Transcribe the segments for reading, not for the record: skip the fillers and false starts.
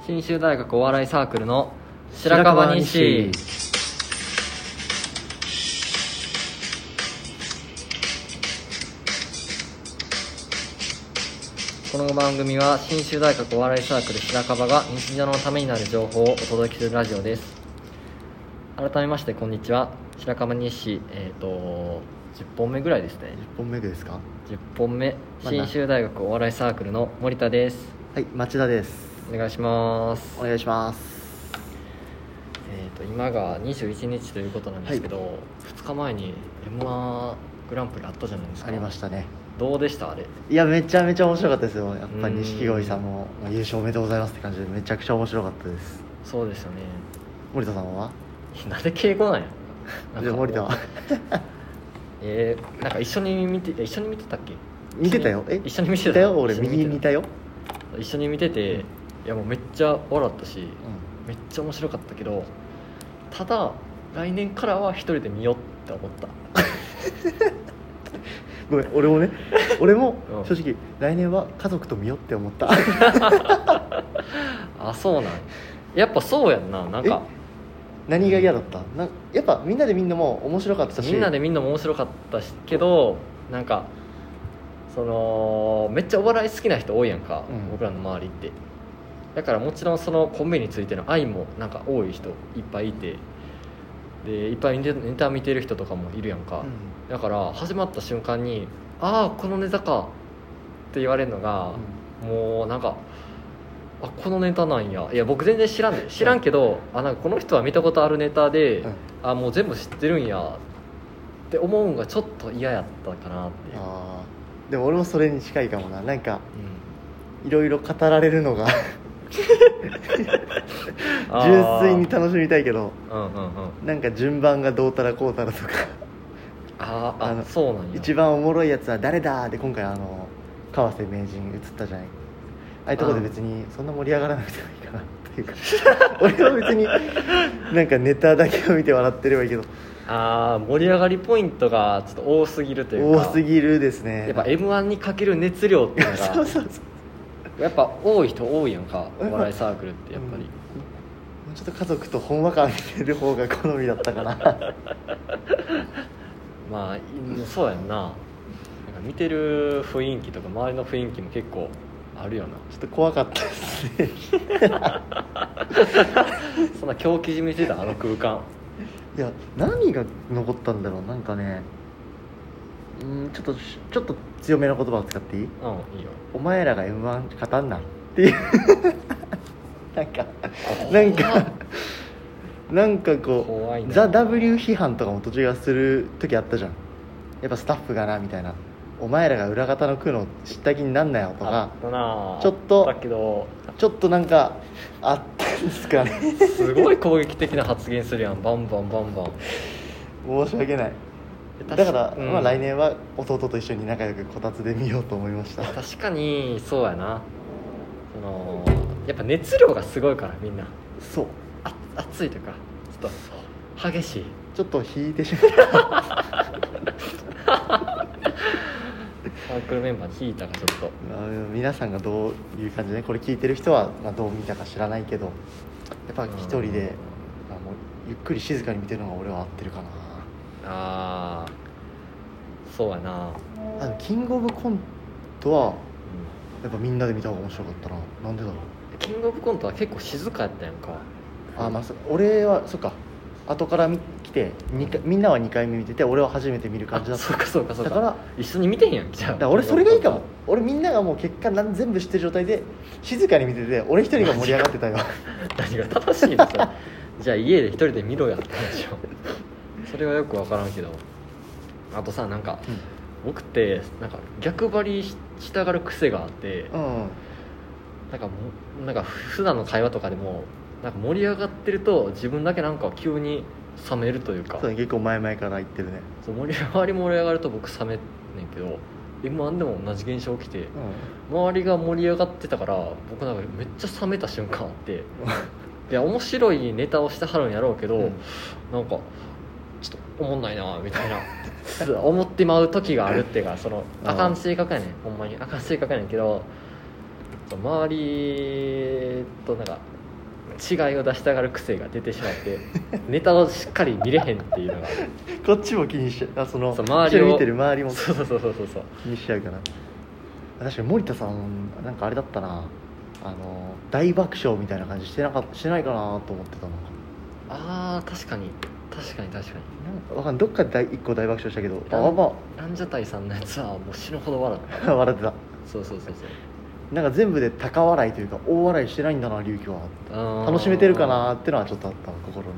信州大学お笑いサークルの白樺西。この番組は信州大学お笑いサークル白樺が日常のためになる情報をお届けするラジオです。改めましてこんにちは、白樺西。10本目ぐらいですね。 10本目ですか。 10本目、信州大学お笑いサークルの森田です。 はい、町田です。 お願いします。 お願いします。 今が21日ということなんですけど、はい、2日前に M1 グランプリあったじゃないですか。 ありましたね。 どうでしたあれ。 いや、めちゃめちゃ面白かったですよ。やっぱり錦鯉さんも優勝おめでとうございますって感じでめちゃくちゃ面白かったです。 そうですよね。 森田さんはなんで敬語なんや。 じゃあ森田はなんか一緒に見てたっけ。 見てたよ。 一緒に見てたよ。俺右に見たよ。 一緒に見てて、いやもうめっちゃ笑ったし、めっちゃ面白かったけど、ただ来年からは一人で見ようって思ったごめん、俺も正直来年は家族と見ようって思ったあ、そうなんやっぱそうやんな。なんか何が嫌だった？やっぱみんなで見んのも面白かったし、 みんなで見んのも面白かったしけど、なんかそのめっちゃお笑い好きな人多いやんか、僕らの周りって。だからもちろんそのコンビについての愛もなんか多い人いっぱいいて、でいっぱいネタ見てる人とかもいるやんか、だから始まった瞬間にああこのネタかって言われるのが、もうなんかあこのネタなんや。いや僕全然知らんけど、なんかこの人は見たことあるネタで、あもう全部知ってるんやって思うんがちょっと嫌やったかなっていう。 でも俺もそれに近いかもな。なんかいろいろ語られるのが純粋に楽しみたいけど、なんか順番がどうたらこうたらとかそうなんや。 一番おもろいやつは誰だで今回川瀬名人映ったじゃない。ああいうところで別にそんな盛り上がらなくてもいいかなっていうか俺は別になんかネタだけを見て笑ってればいいけど、 盛り上がりポイントがちょっと多すぎるというか。 多すぎるですね。 やっぱ M1 にかける熱量っていうのがそうやっぱ多い人多いやんか、お笑いサークルってやっぱり、 もうちょっと家族とほんわか見てる方が好みだったかなまあそうやんな。なんか見てる雰囲気とか周りの雰囲気も結構あるよな。 ちょっと怖かったですねそんな狂気じみてたあの空間。 いや何が残ったんだろう。なんかね、ちょっと強めの言葉を使っていい？いいよ。お前らが M1 勝たんなっていうなんかこうザ・ W 批判とかも途中がする時あったじゃん。やっぱスタッフがなみたいな、お前らが裏方の食うの知った気になんなよとか、ちょっとなんかあったんですかねすごい攻撃的な発言するやん。バンバン申し訳ない。だから、来年は弟と一緒に仲良くこたつで見ようと思いました。 確かにそうやな。やっぱ熱量がすごいからみんな。 そう熱いというかちょっと激しい。 ちょっと引いてしまったサークルメンバーに引いたかちょっと。 皆さんがどういう感じで、これ聞いてる人はどう見たか知らないけど、やっぱ一人でもうゆっくり静かに見てるのが俺は合ってるかな。 そうやな。 キングオブコントはやっぱみんなで見た方が面白かったな。なんでだろう。 キングオブコントは結構静かやったやんか。 俺はそっか、後から来てみんなは2回目見てて俺は初めて見る感じだった。 そうかだから一緒に見てんやん。じゃあだから俺それがいいかも。俺みんながもう結果全部知ってる状態で静かに見てて、俺一人が盛り上がってたよ何が正しいのそれじゃあ家で一人で見ろやって話をそれはよく分からんけど。あとさ、なんか、僕ってなんか逆張りしたがる癖があって、なんか普段の会話とかでもなんか盛り上がってると自分だけなんか急に冷めるというか。 そう、結構前々から言ってるね。 そう盛り上がると僕冷めんねんけど、M1 でも同じ現象起きて、周りが盛り上がってたから僕なんかめっちゃ冷めた瞬間あっていや面白いネタをしてはるんやろうけど、なんかちょっとおもんないなみたいな思ってまう時があるっていうか、あかん性格やねん。ほんまにあかん性格やねんけど、周りとなんか違いを出したがる癖が出てしまってネタをしっかり見れへんっていうのがこっちも気にしちゃう、その周りを見てる周りもそう気にしちゃうから確かに森田さんなんかあれだったな、大爆笑みたいな感じしてないかなと思ってたのか。 あー確かになんかわかんどっかで1個大爆笑したけどランジャタイさんのやつはもう死ぬほど笑った笑ってた。 そうなんか全部で高笑いというか大笑いしてないんだな龍騎は、楽しめてるかなってのはちょっとあった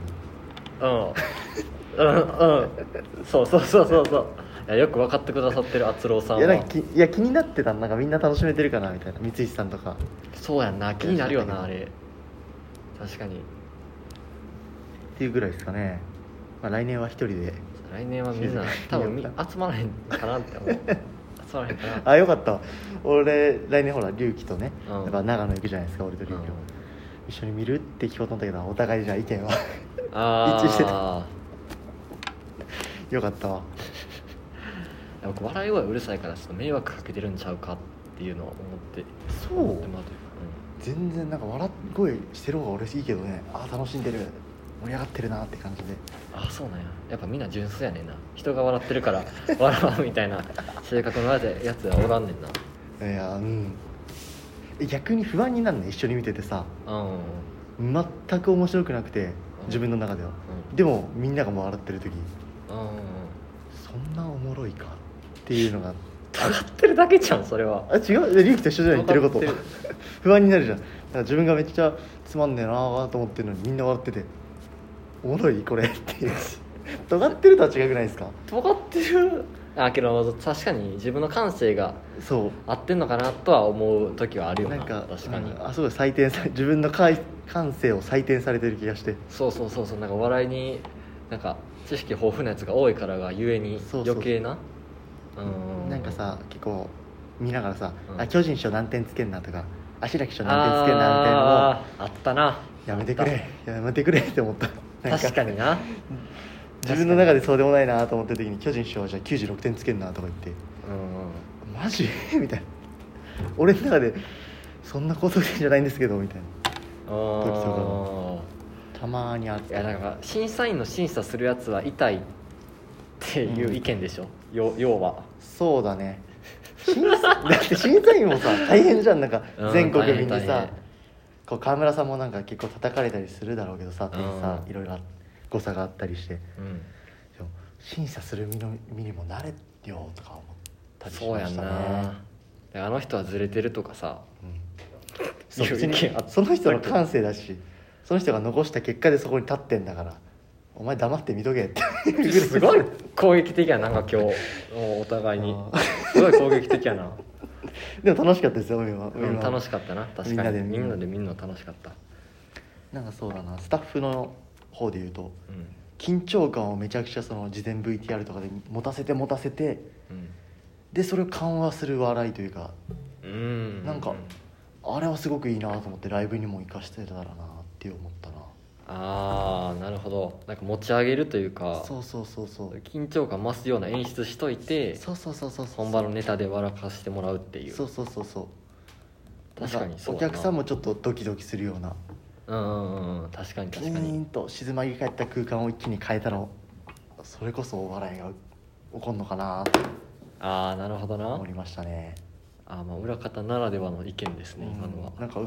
心に。 そういやよく分かってくださってる篤郎さんは。 いや気になってた、なんかみんな楽しめてるかなみたいな、三石さんとか。 そうやんな、気になるよなあれ。確かにっていうぐらいですかね。まあ、来年は一人で。 来年はみんな多分集まらへんかなって思う集まらへんかなあ、よかった。俺来年ほら龍騎とね、やっぱ長野行くじゃないですか、俺と龍騎を、一緒に見るって聞こうと思ったけど、お互いじゃあ意見は一致してた。よかったわ。 僕笑い声うるさいからちょっと迷惑かけてるんちゃうかっていうのを思ってそう全然なんか笑い声してる方が俺いいけどね。あ、楽しんでる、盛り上がってるなって感じで。 あ、そうなんや。やっぱみんな純粋やねんな。人が笑ってるから笑うみたいな性格のやつはおらんねんな。 いや、逆に不安になるね、一緒に見ててさ、全く面白くなくて自分の中では、でもみんながもう笑ってる時、そんなおもろいかっていうのが尖ってるだけじゃんそれは。 あ、違う、龍騎と一緒じゃん言ってること不安になるじゃん。なんか自分がめっちゃつまんねえなと思ってるのにみんな笑ってておもろいこれっていう尖ってるとは違くないですか。 尖ってるけど確かに自分の感性がそう合ってんのかなとは思う時はあるよな。 なんか確かに、 すごい採点自分の感性を採点されてる気がして。 そうなんか笑いになんか知識豊富なやつが多いからがゆえに余計な。 なんかさ結構見ながらさ、巨人賞何点つけんなとか足だけ賞何点つけんなみたいなのをあったな。 やめてくれって思った。 確かにな。 自分の中でそうでもないなと思ってる時に巨人賞じゃあ96点つけんなとか言って、マジみたいな、俺の中でそんな高得点じゃないんですけどみたいな時とかたまにあって。 いやなんか審査員の審査するやつは痛いっていう意見でしょ、要は。 そうだねだって審査員もさ大変じゃん。なんか全国民にさ、こう川村さんもなんか結構叩かれたりするだろうけどさ、点さいろいろ誤差があったりして、でも審査する身にもなれよとか思ったりしましたね。 そうやんな。あの人はずれてるとかさ、 その人の感性だし、その人が残した結果でそこに立ってんだから、お前黙って見とけってすごい攻撃的やな。なんか今日お互いにすごい攻撃的やなでも楽しかったですよ、 楽しかったな。確かにみんなで見るの楽しかった。 なんかそうだな、スタッフの方で言うと、緊張感をめちゃくちゃその事前 VTR とかで持たせて、でそれを緩和する笑いというか、なんかあれはすごくいいなと思って、ライブにも活かしてたらなって思ったな。 なるほど。なんか持ち上げるというか、 そう緊張感増すような演出しといて、本番のネタで笑かしてもらうっていう。 そう確かにそうお客さんもちょっとドキドキするような、 確かにピーンと静まり返った空間を一気に変えたの、それこそお笑いが起こるのかなってなるほどな思いましたね。 裏方ならではの意見ですね、今のは。 なんか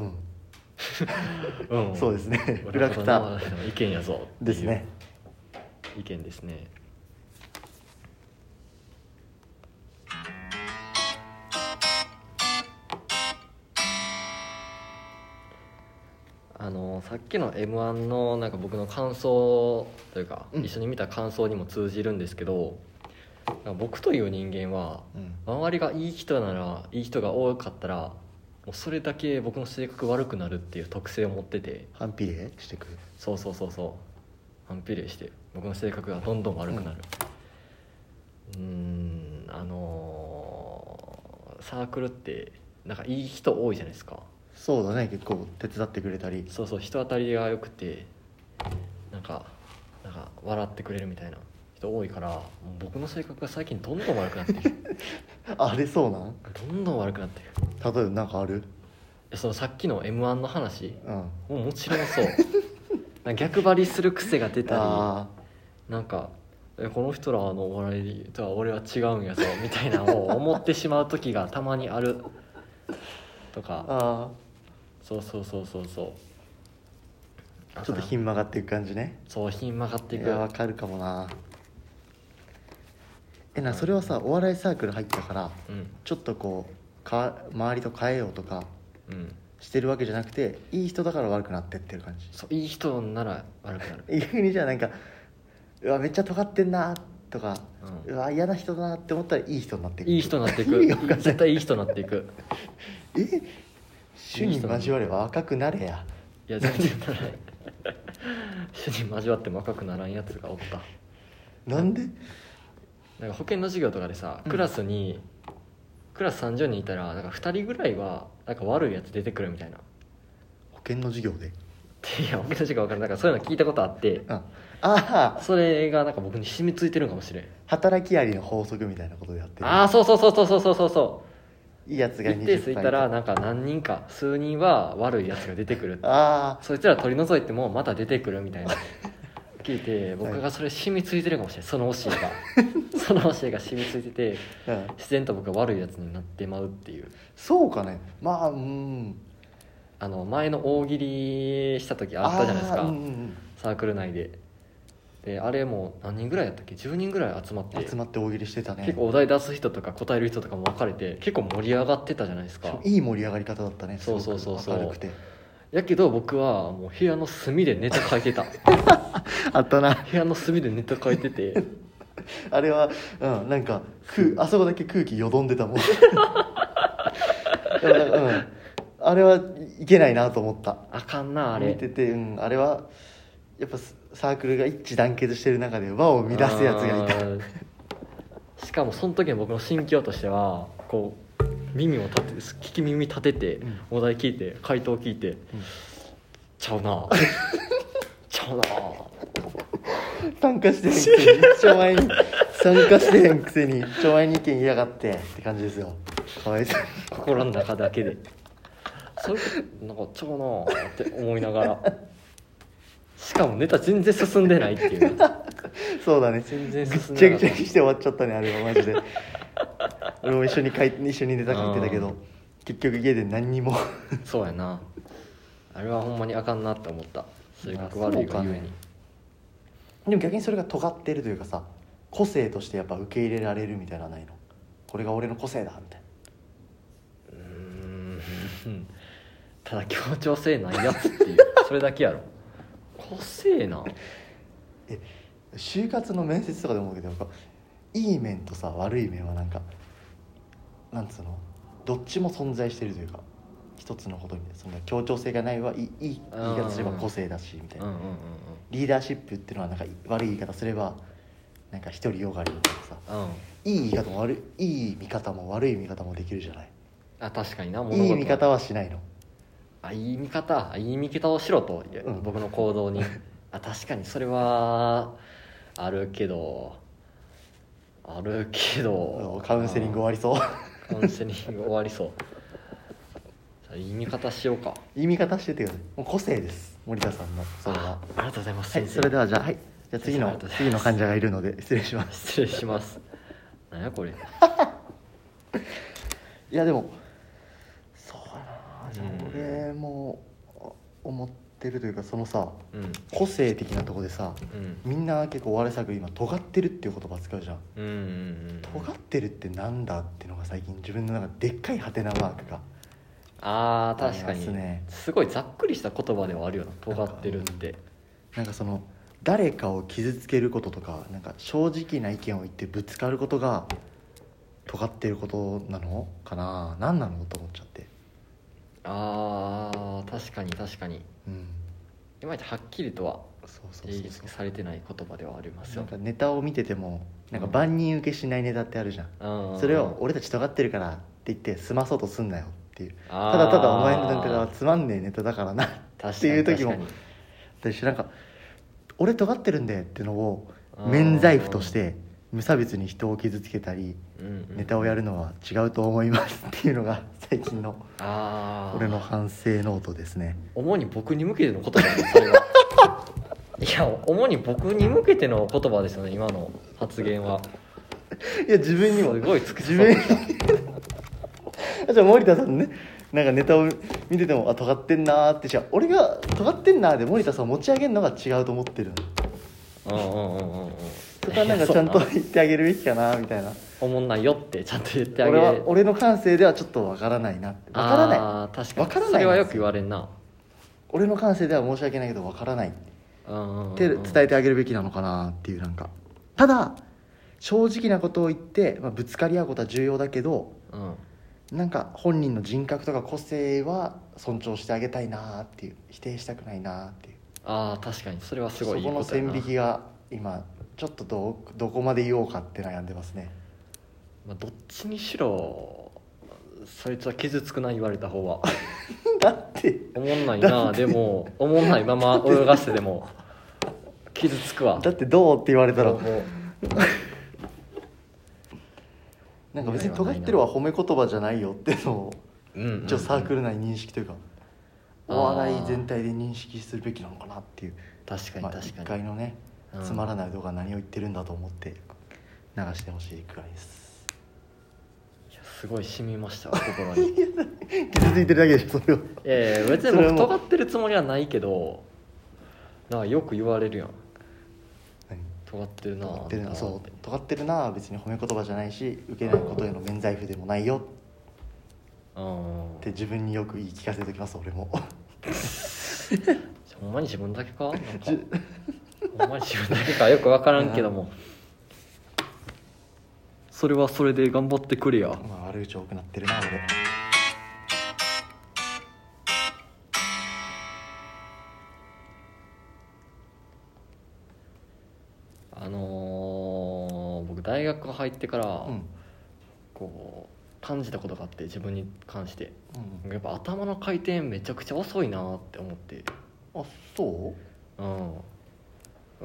そうですね、 裏方ならではの意見やぞっていうですね。 意見ですね。さっきの M1 のなんか僕の感想というか、一緒に見た感想にも通じるんですけど、僕という人間は、周りがいい人なら、いい人が多かったらもうそれだけ僕の性格悪くなるっていう特性を持ってて、 反比例してくる。 そう反比例して僕の性格がどんどん悪くなる。サークルってなんかいい人多いじゃないですか。 そうだね、結構手伝ってくれたり、 人当たりが良くてなんか笑ってくれるみたいな人多いから、もう僕の性格が最近どんどん悪くなってるあれそうなん？ どんどん悪くなってる。 例えばなんかある？ そのさっきの M1 の話、もちろんそう逆張りする癖が出たりなんかこの人らのお笑いとは俺は違うんやぞみたいなのを思ってしまう時がたまにあるとかそうちょっとひん曲がっていく感じね。 そうひん曲がっていく。 いやわかるかもな。それはさお笑いサークル入ったから、ちょっとこう周りと変えようとかしてるわけじゃなくて、いい人だから悪くなってってる感じ。 そういい人なら悪くなる。 逆にじゃあなんかうわめっちゃ尖ってんなとか、うわ嫌な人だなって思ったらいい人になっていく。いい人になっていく絶対いい人になっていく主に交われば赤くなれや。 いや全然ならない主に交わっても赤くならんやつがおった。 なんで？ なんか保健の授業とかでさ、クラス30人いたらなんか2人ぐらいはなんか悪いやつ出てくるみたいな。 保健の授業で？ いや保健の授業分からん。なんかそういうの聞いたことあって、それがなんか僕に染みついてるかもしれん。 働きアリの法則みたいなことでやってる。 そういいやつが一定数いたらなんか何人か数人は悪いやつが出てくる。そいつら取り除いてもまた出てくるみたいな聞いて、僕がそれ染みついてるかもしれない。その教えがその教えが染みついてて、自然と僕が悪いやつになってまうっていう。 そうかね。 前の大喜利した時あったじゃないですか、サークル内で。あれも何人ぐらいやったっけ、10人ぐらい集まって大喜利してたね。 結構お題出す人とか答える人とかも分かれて結構盛り上がってたじゃないですか。 いい盛り上がり方だったね。 そう明るくて。 やけど僕はもう部屋の隅でネタ書いてたあったな。 部屋の隅でネタ書いててあれはなんかあそこだけ空気よどんでたもんあれはいけないなと思った。 あかんなあれ見てて、あれはやっぱサークルが一致団結してる中で輪を乱すやつがいた。しかもその時の僕の心境としてはこう聞き耳立てて、お題聞いて回答聞いて、ちゃうな参加してへんくせに超前に参加してへんくせに超前に意見言いやがってって感じですよ。かわいそう。 心の中だけでそれなんかちゃうなって思いながらしかもネタ全然進んでないっていうそうだね。 全然進んでない。 ぐっちゃぐちゃにして終わっちゃったねあれはマジで俺も一緒にネタ書いてたけど結局家で何にもそうやな。あれはほんまにあかんなって思った。性格悪いがゆえに。 でも逆にそれが尖ってるというかさ、個性としてやっぱ受け入れられるみたいなのはないの？これが俺の個性だみたいな。 ただ協調性ないやつっていうそれだけやろ。個性な。 就活の面接とかで思うけど、いい面とさ悪い面はなんかなんつうの、どっちも存在してるというか、一つのことにその協調性がないはいい言い方すれば個性だしみたいな、リーダーシップっていうのはなんか悪い言い方すればなんか独りよがりみたいなさ、いい言い方もいい見方も悪い見方もできるじゃない。 確かにな。 いい見方はしないの？ いい見方をしろと、僕の行動に確かにそれはあるけどカウンセリング終わりそうカウンセリング終わりそう。いい見方しようか。 いい見方しててよね。もう個性です森田さんのそれは。 ありがとうございます、 はい、それではじゃあ次の患者がいるので失礼します。 失礼します。何やこれいやでもそうだな。じゃあ俺も思ってるというか、そのさ、個性的なとこでさ、みんな結構お笑いサークル今尖ってるっていう言葉使うじゃん。尖ってるってなんだっていうのが最近自分の中ででっかいハテナマークが確かにすごいざっくりした言葉ではあるよな、尖ってるって。 なんかその誰かを傷つけることとか、なんか正直な意見を言ってぶつかることが尖ってることなのかな、何なのと思っちゃって。 確かに、いまいちはっきりとは定義されてない言葉ではありますよ。 なんかネタを見ててもなんか万人受けしないネタってあるじゃん。それを俺たち尖ってるからって言って済まそうとすんなよっていう、ただただお前のネタがつまんねえネタだからなっていう時も私なんか俺尖ってるんでっていうのを免罪符として無差別に人を傷つけたりネタをやるのは違うと思いますっていうのが最近の俺の反省ノートですね。 主に僕に向けての言葉ですそれはいや主に僕に向けての言葉ですよね今の発言は。 いや自分にもすごい尽くしそうでしたじゃあ森田さんねなんかネタを見てても尖ってんなーって俺が尖ってんなーで森田さんを持ち上げるのが違うと思ってるの。そこはなんかちゃんと言ってあげるべきかなみたいな。 おもんないよってちゃんと言ってあげる。 俺の感性ではちょっとわからないなってわからない。 あ確かにそれはよく言われんな。 俺の感性では申し訳ないけどわからないって伝えてあげるべきなのかなっていう。なんかただ正直なことを言って、ぶつかり合うことは重要だけど、なんか本人の人格とか個性は尊重してあげたいなっていう、否定したくないなっていう。 確かにそれはすごいいいことやな。 そこの線引きが今ちょっとどこまで言おうかって悩んでますね。 どっちにしろそいつは傷つくな言われた方はだっておもんないなでもおもんないまま泳がせてでも傷つくわ。 だってどうって言われたらなんか別に尖ってるは褒め言葉じゃないよっていうのを一応サークル内認識というかお笑い全体で認識するべきなのかなっていう。 確かに確かに 1回のねつまらない動画何を言ってるんだと思って流してほしいくらいです。 いやすごい染みました心に傷ついてるだけでしょそれは。 別に僕尖ってるつもりはないけどなんかよく言われるやん。尖ってるなそう尖ってるなは別に褒め言葉じゃないし受けないことへの免罪符でもないよって自分によく言い聞かせておきます俺もほんまに自分だけかなんかほんまに自分だけかよく分からんけどもそれはそれで頑張ってくれや。 悪口多くなってるな俺。 僕大学入ってから、こう感じたことがあって自分に関して、やっぱ頭の回転めちゃくちゃ遅いなって思って。 あそう？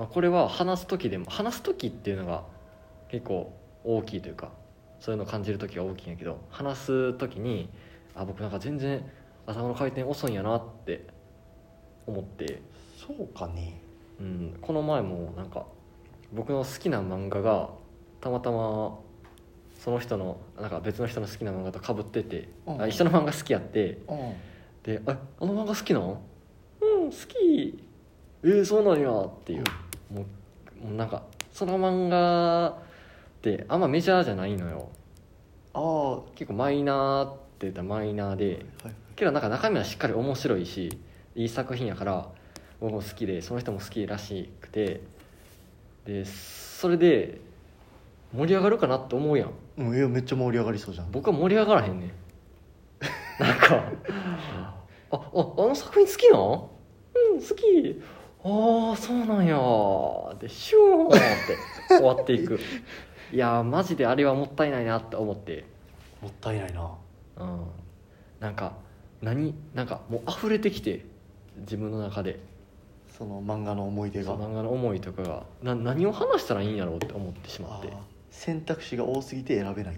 これは話す時っていうのが結構大きいというかそういうのを感じる時が大きいんやけど話す時に僕なんか全然頭の回転遅いんやなって思って。 そうかね。 この前もなんか僕の好きな漫画がたまたまその人のなんか別の人の好きな漫画と被ってて、一緒の漫画好きやって、であの漫画好きなん？好き。そうなんやっていう、もうなんかその漫画ってあんまメジャーじゃないのよ。結構マイナーって言ったらマイナーで、けどなんか中身はしっかり面白いしいい作品やから僕も好きでその人も好きらしくて、でそれで盛り上がるかなって思うやん。 いやめっちゃ盛り上がりそうじゃん。 僕は盛り上がらへんねんなんかあの作品好きなん？好き。そうなんやでシューンって終わっていくいやマジであれはもったいないなって思って。 もったいないな。 なんかもう溢れてきて自分の中でその漫画の思い出が、 漫画の思いとかが何を話したらいいんやろうって思ってしまって。 選択肢が多すぎて選べない。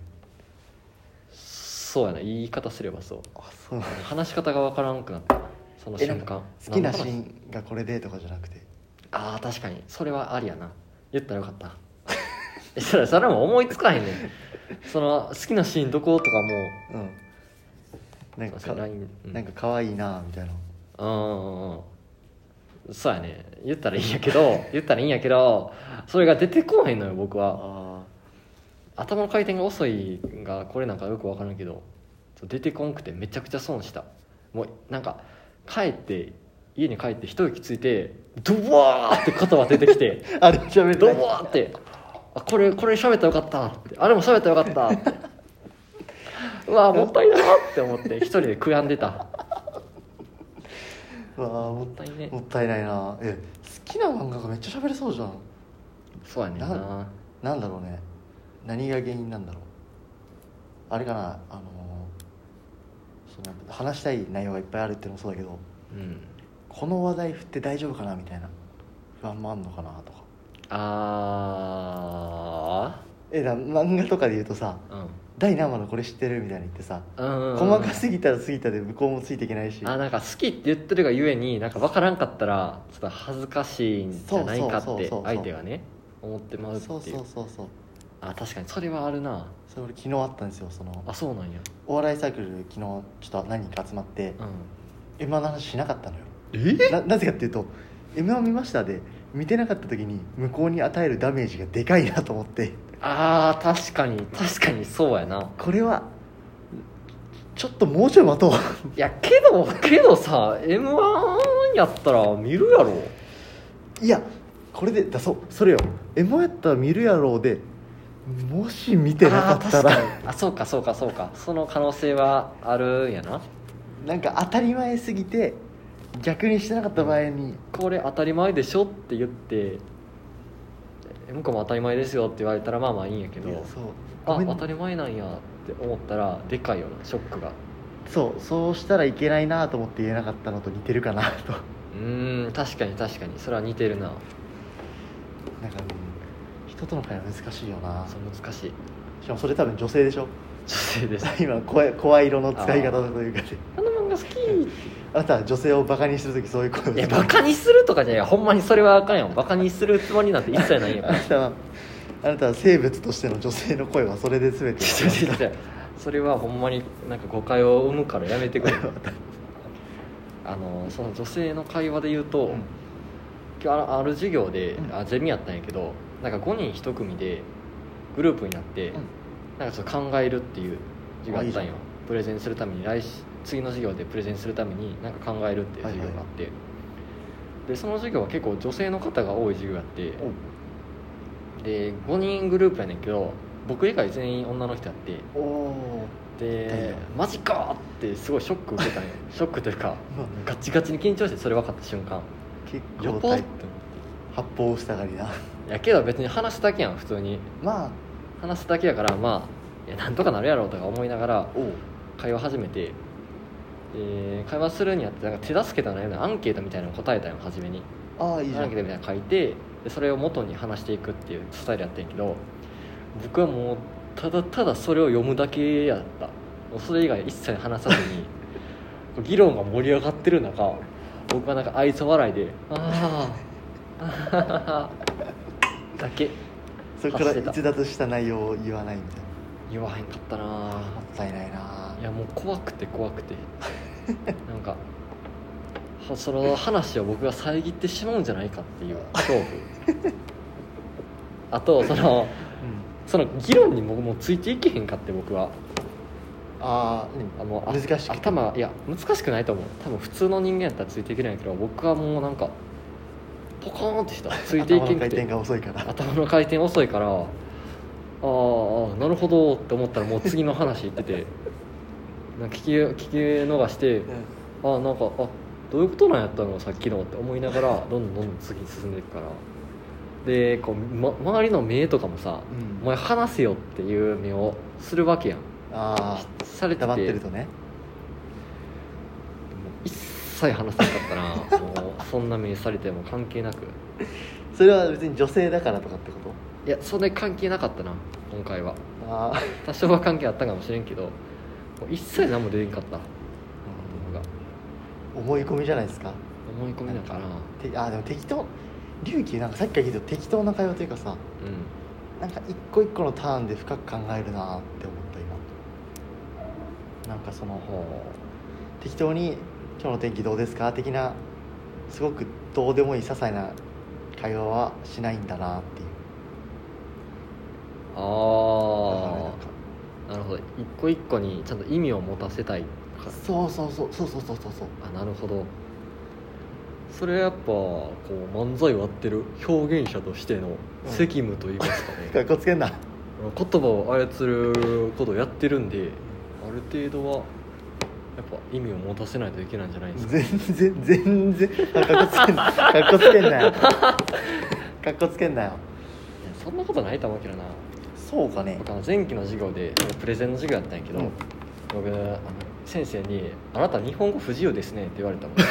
そうやな、言い方すればそう話し方が分からんくなったその瞬間。 好きなシーンがこれでとかじゃなくて確かにそれはありやな。言ったらよかったそれも思いつかへんねんその好きなシーンどことかもなんか可愛いなみたいな。 そうやね。言ったらいいんやけどそれが出てこへんのよ僕は。頭の回転が遅いがこれなんかよく分からんけど出てこんくてめちゃくちゃ損した。もうなんか家に帰って一息ついてドワーって言葉出てきてあれ喋るドワーってこれ喋ったらよかったってあれも喋ったらよかったってうわもったいなって思って一人で悔やんでたもったいね。もったいないな。好きな漫画がめっちゃ喋れそうじゃん。 そうやねんな。 なんだろうね。何が原因なんだろう。あれかな、その話したい内容がいっぱいあるっていうのもそうだけど、この話題振って大丈夫かなみたいな不安もあんのかなとか。漫画とかで言うとさ、 第何話のこれ知ってるみたいに言ってさ、 細かすぎたら過ぎたで向こうもついていけないし、 なんか好きって言ってるがゆえになんか分からんかったらちょっと恥ずかしいんじゃないかって相手がね思ってまうっていう。 そう確かにそれはあるな。 それ俺昨日あったんですよ。 そうなんや。 お笑いサークル昨日ちょっと何人か集まって、M1 の話しなかったのよ。なぜかっていうと M1 見ましたで見てなかった時に向こうに与えるダメージがでかいなと思って。 確かにそうやな。 これはちょっともうちょい待とう。 いやけどさ M1 やったら見るやろ。 いやこれでそれよ M1 やったら見るやろうで、もし見てなかったらそうかその可能性はあるんやな。 なんか当たり前すぎて逆にしてなかった場合に、 これ当たり前でしょって言って向こうも当たり前ですよって言われたらまあいいんやけど、当たり前なんやって思ったらでかいよな、ショックが。 そうしたらいけないなと思って言えなかったのと似てるかなと。 確かにそれは似てるな。 なんか、人との会話難しいよな。 難しい。 しかもそれ多分女性でしょ。 女性です。 今声色の使い方というかで、 あの漫画好きあなたは女性をバカにするときそういう声を。 いやバカにするとかじゃない、ほんまにそれはあかんよ。バカにするつもりなんて一切ないよ。 あなたは生物としての女性の声はそれで全て。 それはほんまになんか誤解を生むからやめてくれ。その女性の会話で言うと、今日ある授業で、ゼミやったんやけど、なんか5人1組でグループになって、なんかちょっと考えるっていう授業があったんよ。プレゼンするために次の授業でプレゼンするためになんか考えるっていう授業があって、でその授業は結構女性の方が多い授業があって、で5人グループやねんけど僕以外全員女の人やって、でマジかってすごいショック受けたんよ。ショックというかガチガチに緊張して、それ分かった瞬間結構タイプ八方塞がりな。 やけど別に話すだけやん、普通に話すだけやから、いやなんとかなるやろうとか思いながら会話始めて、会話するにあってなんか手助けたようなアンケートみたいなのを答えたよ、初めに。 いいじゃん。 アンケートみたいなの書いて、でそれを元に話していくっていうスタイルやってんけど、僕はもうただただそれを読むだけやった。もうそれ以外一切話さずに議論が盛り上がってる中、僕はなんか愛想笑いでだけ。 それから逸脱した内容を言わないみたいな。 言わへんかったな。もったいないな。 いやもう怖くてなんかその話を僕が遮ってしまうんじゃないかっていう恐怖あとその議論にもうついていけへんかって、僕は難しくていや難しくないと思う。多分普通の人間やったらついていけないけど、僕はもうなんかポカーンってした。ついていけんくて頭の回転が遅いから。 頭の回転遅いから、なるほどって思ったらもう次の話言っててなんか聞き逃して、なんかどういうことなんやったのさっきのって思いながらどんどん次に進んでいくから。でこう、周りの目とかもさ、お前話せよっていう目をするわけやん。されてて黙ってるとね。 一切話せなかったな。もうそんな目されても関係なく。 それは別に女性だからとかってこと？ いやそれ関係なかったな、今回は。多少は関係あったかもしれんけど、もう一切何も出てんかった。 思い込みじゃないですか。 思い込みだからでも適当龍騎なんかさっきから聞いて適当な会話というかさ、なんか一個一個のターンで深く考えるなって思った今。なんかその適当に今日の天気どうですか的なすごくどうでもいい些細な会話はしないんだなっていう。 なるほど。一個一個にちゃんと意味を持たせたい。 そう。 なるほど。それはやっぱこう漫才をやってる表現者としての責務といいますかね。 かっこつけんな。 言葉を操ることをやってるんで、ある程度はやっぱ意味を持たせないといけないんじゃないですか。 全然かっこつけんなよ。かっこつけんなよ。 そんなことないと思うけどな。 そうかね。 僕前期の授業でプレゼンの授業やったんやけど、僕先生に「あなた日本語不自由ですね」って言われたもん。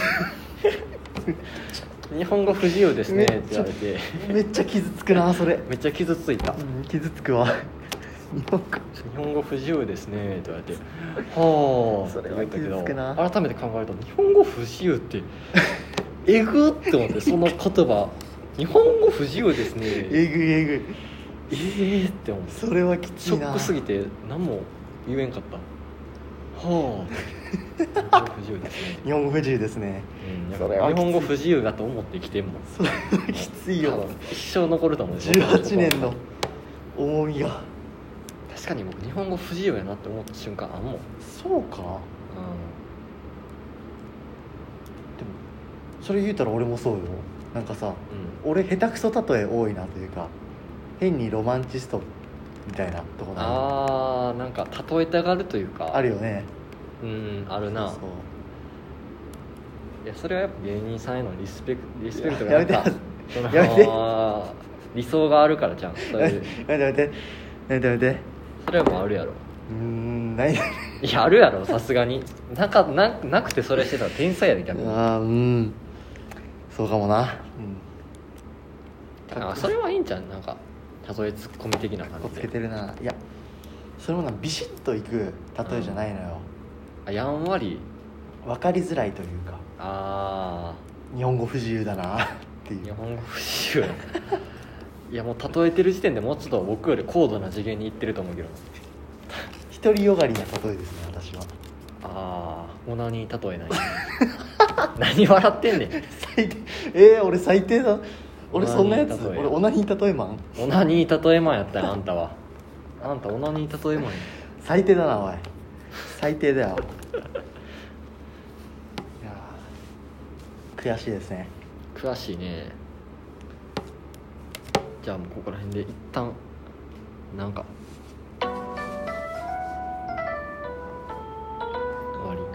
日本語不自由ですねって言われて、 めっちゃ傷つくなそれ。 めっちゃ傷ついた。 傷つくわ。 日本語不自由ですねって言われてはあそれは傷つくな。 改めて考えると日本語不自由ってえぐって思って、その言葉日本語不自由ですねえぐいって思って、 それはきついな。 ショックすぎて何も言えんかった。はあ日本語不自由ですね日本語不自由ですね、 それは日本語不自由だと思って生きてんもん。 それはきついよ。 一生残ると思う。 18年の重みが。 確かに僕日本語不自由やなって思った瞬間あんもん。 そうか、でもそれ言うたら俺もそうよ。なんかさ、俺下手くそ例え多いなというか、変にロマンチストみたいなとこない。 なんか例えたがるというかあるよね。 あるな。 そういや、それはやっぱ芸人さんへのリスペクトがやめてやめて理想があるからじゃん。そういうやめてそれはもうあるやろ。 何いや、あるやろ、さすがに。なくてそれしてたら天才やで、逆に。 そうかもな。 それはいいんじゃん。なんか例えツッコミ的な感じでつけてるな。いや、それもビシッといく例えじゃないのよ。 やんわり分かりづらいというか、日本語不自由だなっていう。 日本語不自由いや、もう例えてる時点でもうちょっと僕より高度な次元に行ってると思うけど。 独りよがりな例えですね、私は。 オナニー例えない何笑ってんねん。 最低。俺最低だ。俺そんなやつ。 俺オナニー例えマン。 オナニー例えマンやったよ、あんたは。あんたオナニー例えマンや。 最低だな、おい。最低だよ。いや、悔しいですね。 悔しいね。じゃあもうここら辺で一旦なんか終わり。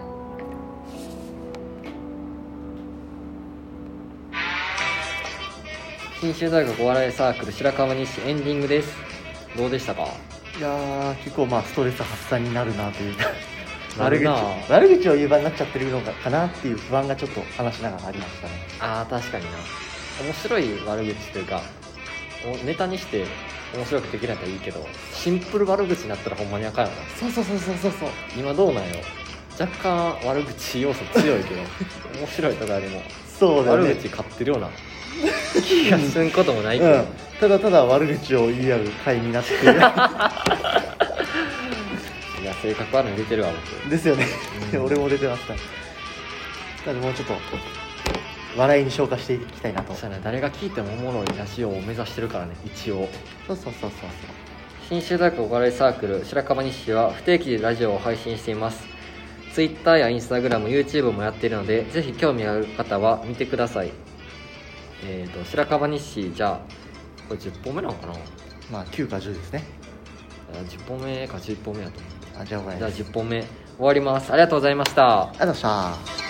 信州大学お笑いサークル白川西エンディングです。どうでしたか？ いや結構ストレス発散になるなというか悪口を言う場になっちゃってるのかなっていう不安がちょっと話しながらありましたね。 確かにな。面白い悪口というかネタにして面白くできないといいけど、シンプル悪口になったらほんまにあかんよな。 そう今どうなんよ。若干悪口要素強いけど面白いとかよりもそうだよ、ね、 悪口買ってるような気がすることもないけど、 ただただ悪口を言い合う会になっているいや、 性格悪いの出てるわ僕ですよね、俺も出てました。なのでもうちょっと笑いに昇華していきたいなと。 そうやね、誰が聞いてもおもろいラジオを目指してるからね、一応。 そう信州大学お笑いサークル白樺西は不定期でラジオを配信しています。 Twitter や Instagram、YouTube もやっているので、ぜひ興味がある方は見てください。白樺西、じゃあこれ10本目なのかな。 9か10ですね。 10本目か11本目だと思う。 じゃあ 10本目終わります。ありがとうございました。 ありがとうございました。